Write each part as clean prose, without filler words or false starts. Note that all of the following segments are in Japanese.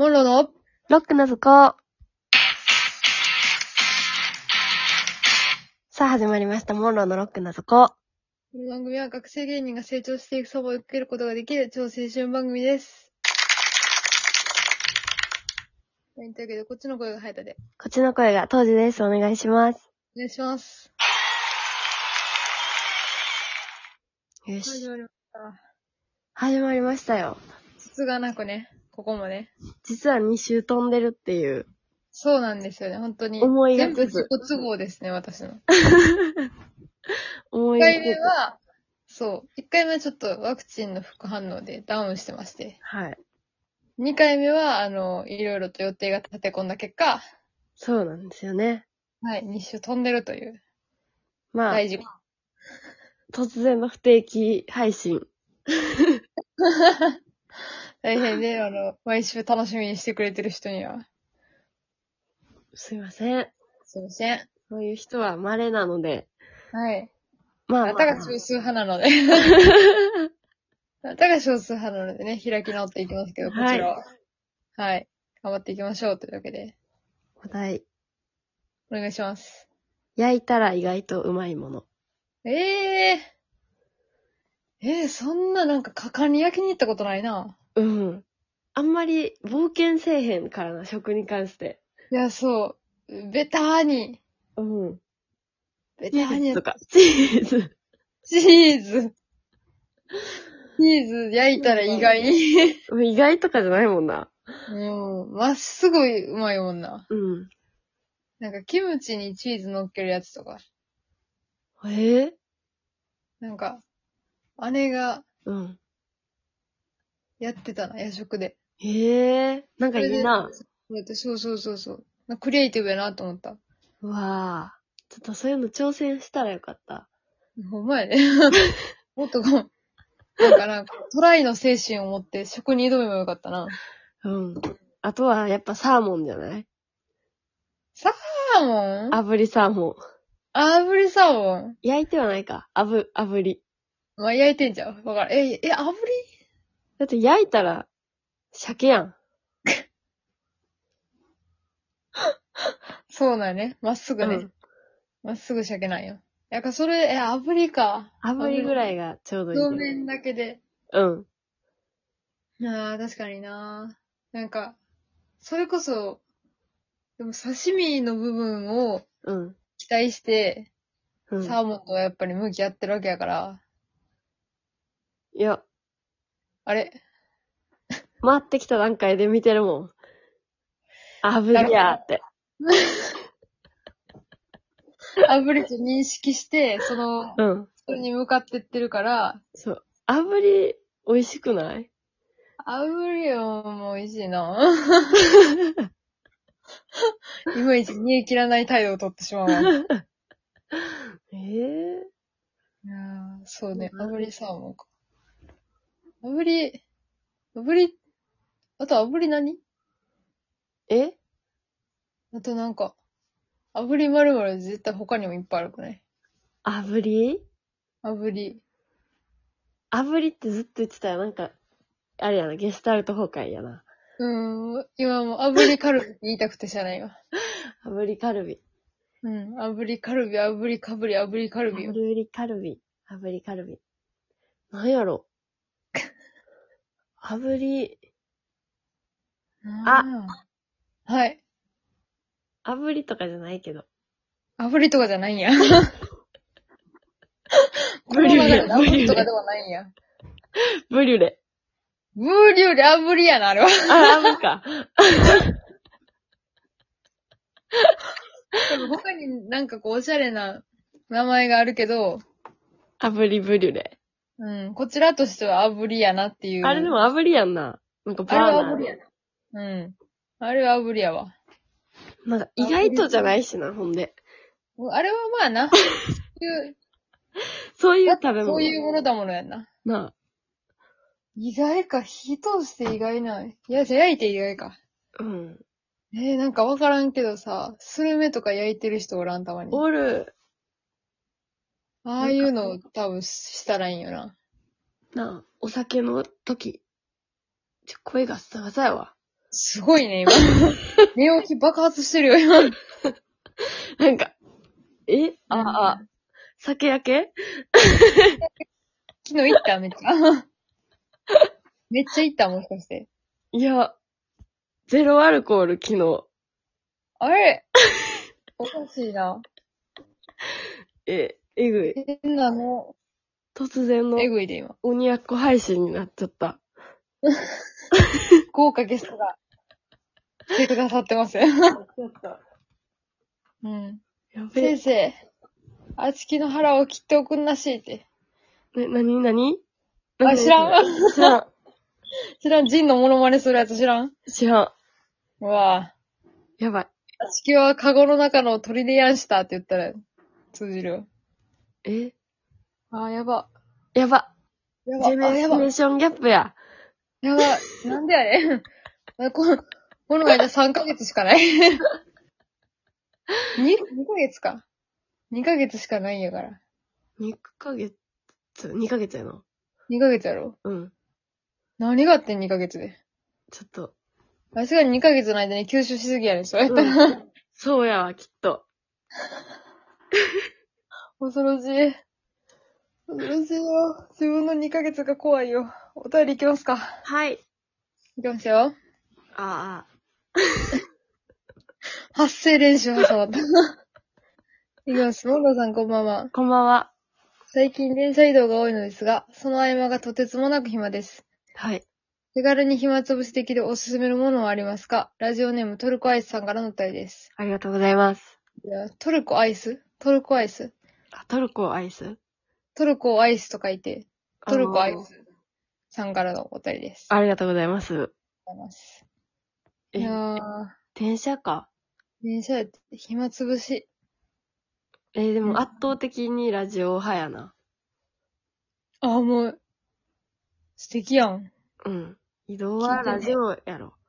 モンローのロックな図工。さあ始まりました。モンローのロックな図工。 この番組は学生芸人が成長していく様を受けることができる超青春番組です。はい、というわけで、こっちの声が入ったで。 こっちの声が当時です。お願いします。 お願いします。 よし。 始まりました。 始まりましたよ。 つがなくね、ここもね。 実は2週飛んでるっていう。 そうなんですよね、本当に。 思いが全部自己都合ですね、私の。1 思いが回目は、そう、1回目はちょっとワクチンの副反応でダウンしてまして。 はい。 2回目は、いろいろと予定が立て込んだ結果、 そうなんですよね。 はい、2週飛んでるという、 まあ、 大事故。 突然の不定期配信。 大変で、毎週楽しみにしてくれてる人には、 すいません。 すいません。 そういう人は稀なので。 はい。 まあ、 あなたが少数派なので。あなたが少数派なのでね、開き直っていきますけど、こちらは。はい。頑張っていきましょう。というわけで、 お題。 お願いします。 焼いたら意外とうまいもの。 そんななんか果敢に焼きに行ったことないな。 うん。あんまり冒険せえへんからな、食に関して。 いや、そう。ベターに。 うん。 ベチターにやっーズとか。チーズ。 チーズ。チーズ焼いたら意外に。 意外とかじゃないもんな。 うん。まっすぐうまいもんな。 うん。 なんかキムチにチーズ乗っけるやつとか。 えなんか、姉がうん。 やってたな、夜食で。 なんかいいな。 そうそうそうそう。クリエイティブやなと思った。 うわぁ。ちょっとそういうの挑戦したらよかった。 ほんまやね。もっとなんかトライの精神を持って食に挑めばよかったな。 うん。あとはやっぱサーモンじゃない？ サーモン？ 炙りサーモン。 炙りサーモン？ 焼いてはないか。炙り。 まあ、焼いてんじゃん。わからん。炙り？ だって焼いたら、鮭やん。 そうなんやね。まっすぐね。 うん。 まっすぐ鮭なんよ。やかそれ、炙りか。 炙りぐらいがちょうどいい。 表面だけで。 うん。 ああ、確かにな。なんか、それこそ、でも刺身の部分をうん。 期待して、 うん。 サーモンとはやっぱり向き合ってるわけやから、 いや、 あれ回ってきた段階で見てるもん。炙りやーって。 炙りと認識して、 うん。 それに向かってってるから、 そう。炙り、美味しくない？ 炙りよ、もう美味しいな。いまいち煮え切らない態度をとってしまうわ。いえやーそうね、炙りサーモンか。炙り、あと炙り何？ えあとなんか、炙り〇〇絶対他にもいっぱいあるくない？ 炙り炙り。 炙りってずっと言ってたよ。なんか、あれやな、ゲスタルト崩壊やな。 今もう炙りカルビって言いたくてしゃあないわ。 炙りカルビ。 炙りカルビ、炙りかぶり、炙りカルビよ。 炙りカルビ。炙りカルビ。なんやろ。炙り、 はい。 炙りとかじゃないけど。 炙りとかじゃないんや。 ブリュレ、 炙りとかではないんや。 ブリュレ。 ブリュレ炙りやな、あれは。 炙りか。 でも他になんかこうおしゃれな名前があるけど、 炙りブリュレ。 こちらとしては炙りやなっていう。 あれでも炙りやんな。なんかバーナー。 あれは炙りやな。あれは炙りやわ。 なんか意外とじゃないしな、ほんで。 あれはまあな。 そういう食べ物。 そういうものだものやんな。 なあ。 意外か。火通して意外ない。いや、じゃあ焼いて意外か。 うん。 なんかわからんけどさ、スルメとか焼いてる人おらんたまに。 おる。 ああいうの多分したらいいんよな。 なあ、お酒の時。声がガサガサやわ。 すごいね、今。寝起き爆発してるよ、今。 なんか、酒焼け昨日行っためっちゃ。めっちゃ行ったもしかして。 いや、ゼロアルコール昨日。 あれおかしいな。 えぐい。 変なの。 突然のえぐいで今。 鬼奴配信になっちゃった。 豪華ゲストが来てくださってますよ。 ちょっと。 うん。 やべ先え。 生、あちきの腹を切っておくんなしって。 なにあ、知らん知らん。 知らん、ジンのモノマネするやつ知らん知らん。 うわぁ。 やばい。 あちきはカゴの中の鳥でやんしたって言ったら通じるよ。あー、やば。 やば。 やば。 ジェネあ、やば。 レーションギャップや。 やば。なんでやねん。この間3ヶ月しかない。2ヶ月か。2ヶ月しかないんやから。 2ヶ月、2ヶ月やな。 2ヶ月やろ。 うん。 何があってん2ヶ月で。 ちょっと。 さすがに2ヶ月の間に吸収しすぎやねん、そうやったら。 そうやわ、きっと。 恐ろしい。恐ろしいよ。自分の2ヶ月が怖いよ。お便りいきますか。 はい。 いきますよ。 あ発声練習挟まった。いきます。モンローさんこんばんは。 こんばんは。 最近電車移動が多いのですが、その合間がとてつもなく暇です。 はい。 手軽に暇つぶしできるおすすめのものはありますか？ラジオネームトルコアイスさんからのお便りです。 ありがとうございます。 いやトルコアイストルコアイストルコアイストルコアイスと書いて、トルコアイスさんからのお便りです。 ありがとうございます。 ありがとうございます。いやー、 電車か。 電車やって暇つぶし。 でも圧倒的にラジオ派やな。 あ、もう、素敵やん。 うん。移動はラジオやろ。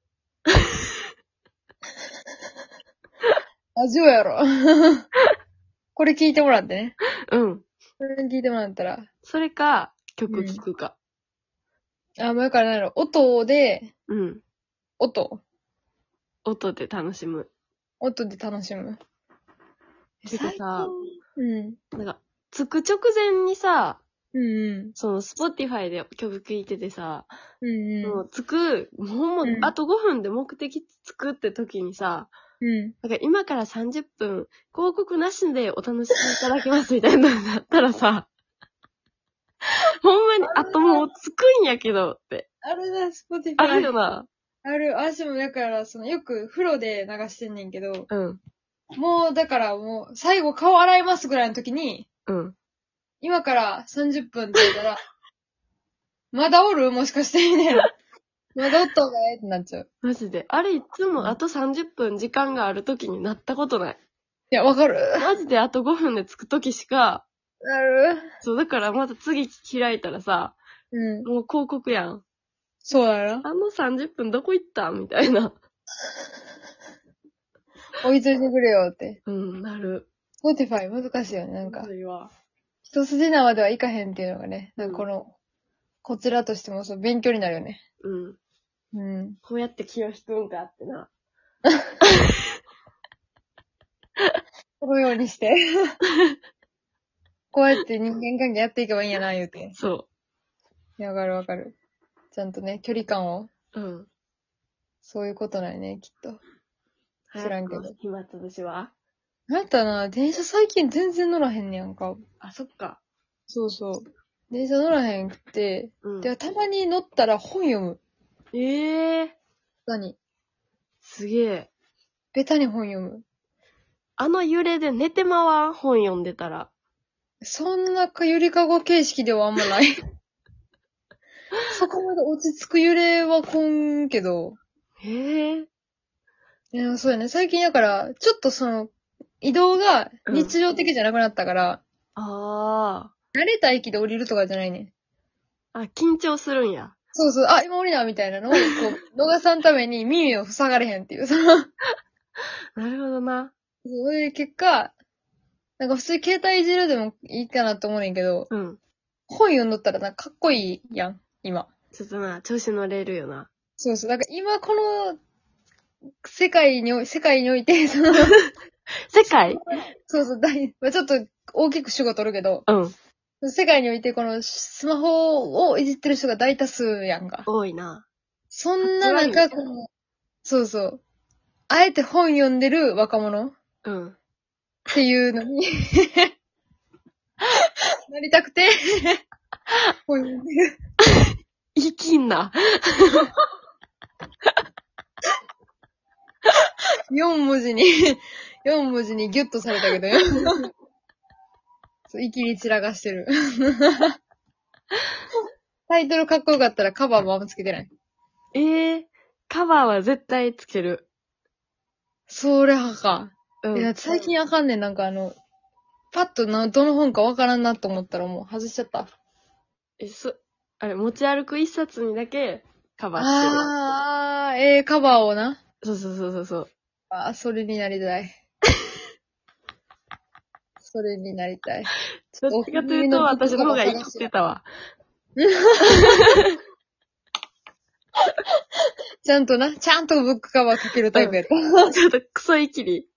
ラジオやろ。これ聞いてもらってね。 うん。 これ聞いてもらったら。 それか、曲聴くか。 あ、もうだから何やろ。音で、 うん。 音音で楽しむ。 で楽しむ。 てかさ、 うん。 なんか、着く直前にさ、 うんうん。 その、Spotify で曲聴いててさ、 うんもう着く、ほんま、あと5分で目的着くって時にさ、 うん。 なんか今から30分、広告なしでお楽しみいただけますみたいなのだったらさ、ほんまに、あともう着くんやけどって。 あるな、Spotify。 あるよな。 ある。私もだから、よく風呂で流してんねんけど、 うん。 もう、だからもう、最後顔洗いますぐらいの時に、 うん。 今から30分って言ったら、まだおるもしかしてみたいな。まだおった方がええってなっちゃう。 マジで。あれいつもあと30分時間がある時になったことない。 いや、わかる。 マジであと5分で着く時しか、 なる。 そう、だからまた次開いたらさ、 うん。 もう広告やん。 そうだな。 あの30分どこ行ったみたいな。 追いついてくれよって。 うん、なる。 Spotify 難しいよね。なんかそ、れは。 一筋縄ではいかへんっていうのがね、 うんなんかこちらとしてもそう、勉強になるよね。 うん。 うん。 こうやって気を引くんかってな。 このようにして。こうやって人間関係やっていけばいいんやな、言うて。 そいやわかるわかる。ちゃんとね、距離感を、 う。うん。 そういうことなんやね、きっと。知らんけど。 暇つぶしはなんだな、電車最近全然乗らへんねやんか。 あ、そっか。 そうそう。電車乗らへんくて、 うん。 で、たまに乗ったら本読む。何すげえ。 ベタに本読む。 あの揺れで寝てまわん本読んでたら。 そんなゆりかご形式ではあんまない。そこまで落ち着く揺れはこんけど。 へえ。 いや、そうやね。最近だから、ちょっと移動が日常的じゃなくなったから、 あ慣れた駅で降りるとかじゃないね。 あ。緊張するんや。 そうそう、あ、今降りな、みたいなのを、逃さんために耳を塞がれへんっていう、 なるほどな。 そういう結果、なんか普通に携帯いじるでもいいかなと思うねんけど、 うん。 本読んどったらなんかかっこいいやん、今。 ちょっとな、調子乗れるよな。 そうそう。だから今この世界において、 世界そうそう、まあちょっと大きく主語取るけど、 うん。 世界においてこのスマホをいじってる人が大多数やんか。 多いな。 そんな中、そうそう。あえて本読んでる若者っうん。 ていうのになりたくて、本読んでる。 生きんな。 4文字にギュッとされたけどよ。そう、いきり散らかしてる。タイトルかっこよかったらカバーもあんまつけてない。 カバーは絶対つける。 それ派か。 うん。 いや、最近あかんねん。なんかパッとどの本かわからんなと思ったらもう外しちゃった。 あれ、持ち歩く一冊にだけカバーつける。 カバーをな。 そうそうそうそう。 それになりたい。それになりたい。 どっちかというと、私の方が生きてたわ。 ちゃんとブックカバーかけるタイプやった。 ちょっとクソ生きり。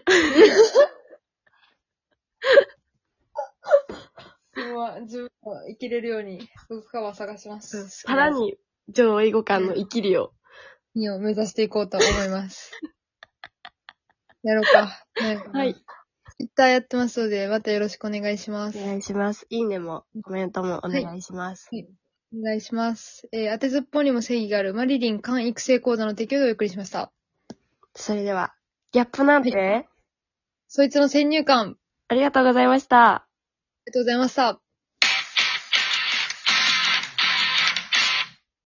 自分は生きれるようにブックカバー探します。 さらに上位互換の生きりを。 目指していこうと思います。やろうか。 はい。 Twitter やってますので、またよろしくお願いします。 お願いします。いいねもコメントもお願いします。 はい。お願いします。当てずっぽうにも正義があるマリリン間育成講座の提供でお送りしました。 それでは、ギャップなんて、 そいつの先入観。 ありがとうございました。 ありがとうございました。